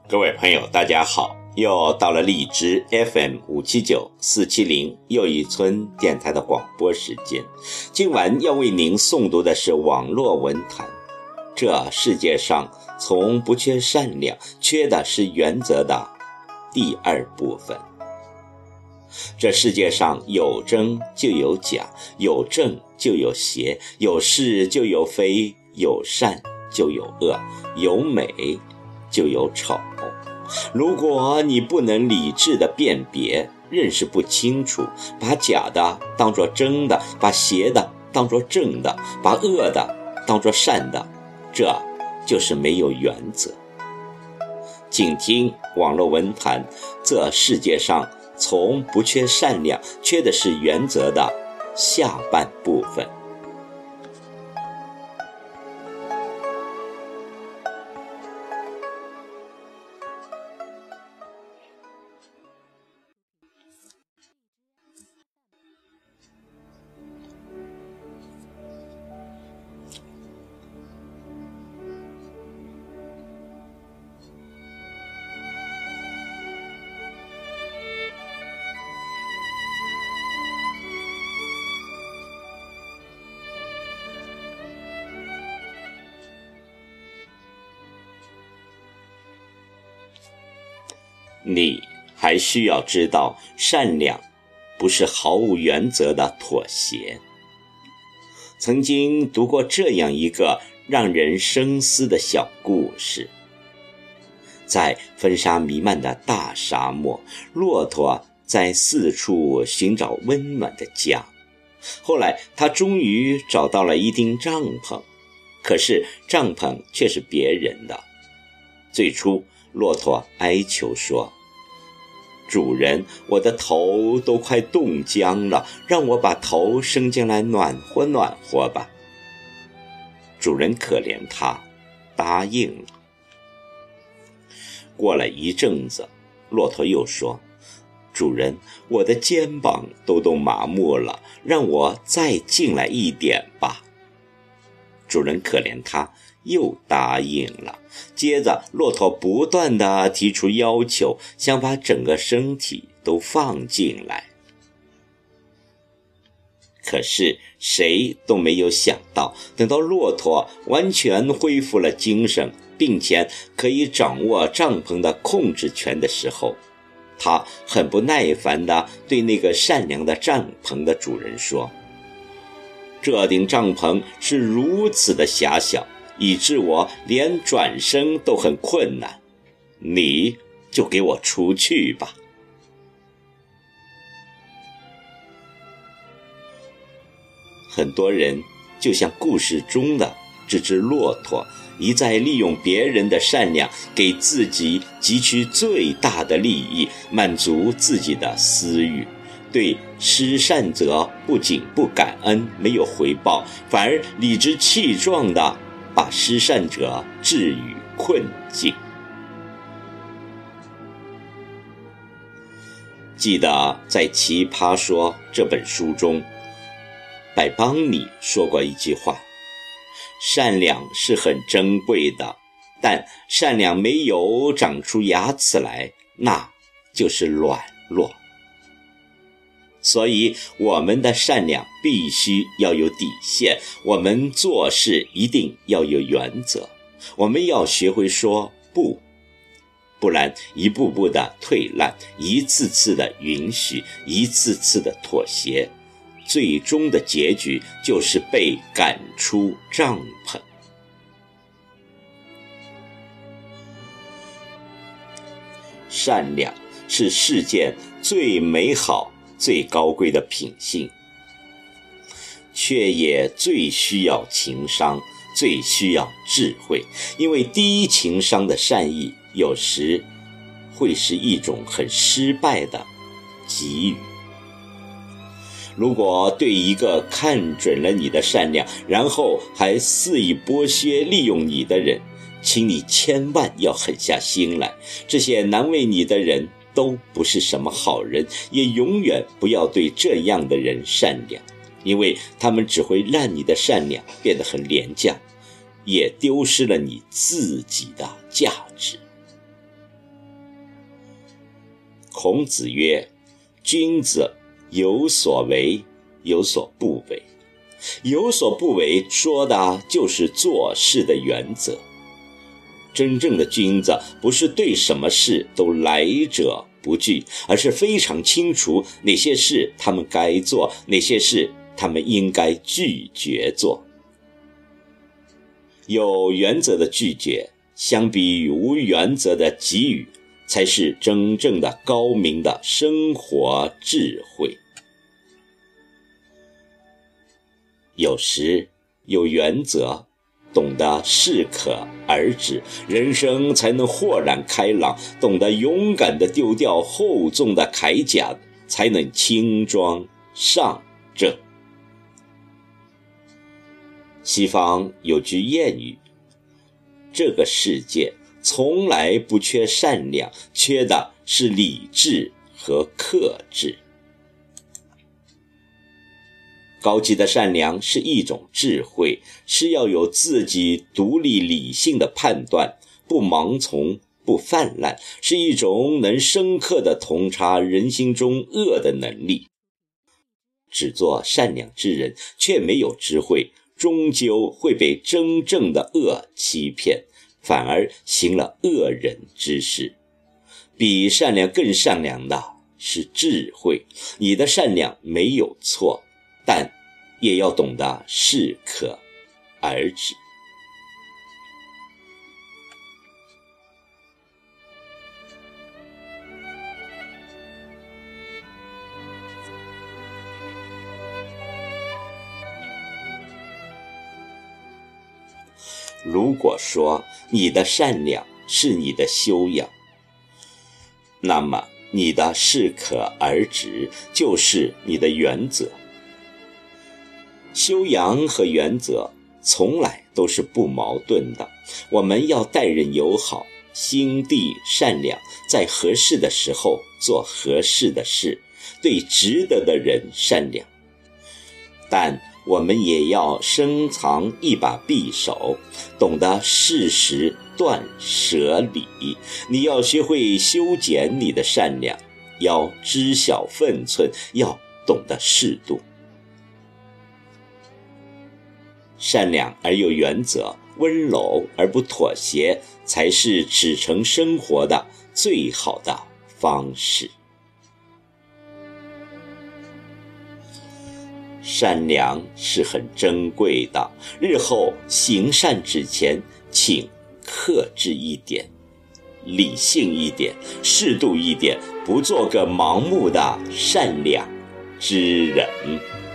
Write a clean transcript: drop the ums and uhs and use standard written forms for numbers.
各位朋友大家好，又到了荔枝 FM579470又一村电台的广播时间。今晚要为您诵读的是网络文坛。这世界上从不缺善良，缺的是原则的第二部分。这世界上有真就有假，有正就有邪，有是就有非，有善就有恶，有美就有丑。如果你不能理智的辨别，认识不清楚，把假的当作真的，把邪的当作正的，把恶的当作善的，这就是没有原则。请听网络文坛，这世界上从不缺善良，缺的是原则的下半部分。你还需要知道，善良不是毫无原则的妥协。曾经读过这样一个让人深思的小故事。在风沙弥漫的大沙漠，骆驼在四处寻找温暖的家。后来他终于找到了一顶帐篷，可是帐篷却是别人的。最初骆驼哀求说，主人，我的头都快冻僵了，让我把头伸进来暖和暖和吧。主人可怜他，答应了。过了一阵子，骆驼又说，主人，我的肩膀都麻木了，让我再进来一点吧。主人可怜他，又答应了。接着骆驼不断地提出要求，想把整个身体都放进来。可是谁都没有想到，等到骆驼完全恢复了精神，并且可以掌握帐篷的控制权的时候，他很不耐烦地对那个善良的帐篷的主人说，这顶帐篷是如此的狭小，以致我连转身都很困难，你就给我出去吧。很多人就像故事中的这只骆驼，一再利用别人的善良，给自己汲取最大的利益，满足自己的私欲。对施善者不仅不感恩，没有回报，反而理直气壮地把施善者置于困境。记得在《奇葩说》这本书中，百邦尼说过一句话，善良是很珍贵的，但善良没有长出牙齿来，那就是软弱。所以我们的善良必须要有底线，我们做事一定要有原则，我们要学会说不，不然一步步的退让，一次次的允许，一次次的妥协，最终的结局就是被赶出帐篷。善良是世间最美好最高贵的品性，却也最需要情商，最需要智慧，因为低情商的善意有时会是一种很失败的给予。如果对一个看准了你的善良，然后还肆意剥削利用你的人，请你千万要狠下心来，这些难为你的人都不是什么好人，也永远不要对这样的人善良，因为他们只会让你的善良变得很廉价，也丢失了你自己的价值。 孔子曰：君子有所为，有所不为。有所不为说的就是做事的原则。真正的君子不是对什么事都来者不拒，而是非常清楚哪些事他们该做，哪些事他们应该拒绝做。有原则的拒绝，相比于无原则的给予，才是真正的高明的生活智慧。有时有原则，懂得适可而止，人生才能豁然开朗，懂得勇敢地丢掉厚重的铠甲，才能轻装上阵。西方有句谚语，这个世界从来不缺善良，缺的是理智和克制。高级的善良是一种智慧，是要有自己独立理性的判断，不盲从，不泛滥，是一种能深刻地洞察人心中恶的能力。只做善良之人，却没有智慧，终究会被真正的恶欺骗，反而行了恶人之事。比善良更善良的是智慧，你的善良没有错，但也要懂得适可而止。如果说你的善良是你的修养，那么你的适可而止就是你的原则。修养和原则从来都是不矛盾的，我们要待人友好，心地善良，在合适的时候做合适的事，对值得的人善良。但我们也要深藏一把匕首，懂得适时断舍离。你要学会修剪你的善良，要知晓分寸，要懂得适度。善良而有原则，温柔而不妥协，才是赤诚生活的最好的方式。善良是很珍贵的，日后行善之前，请克制一点，理性一点，适度一点，不做个盲目的善良之人。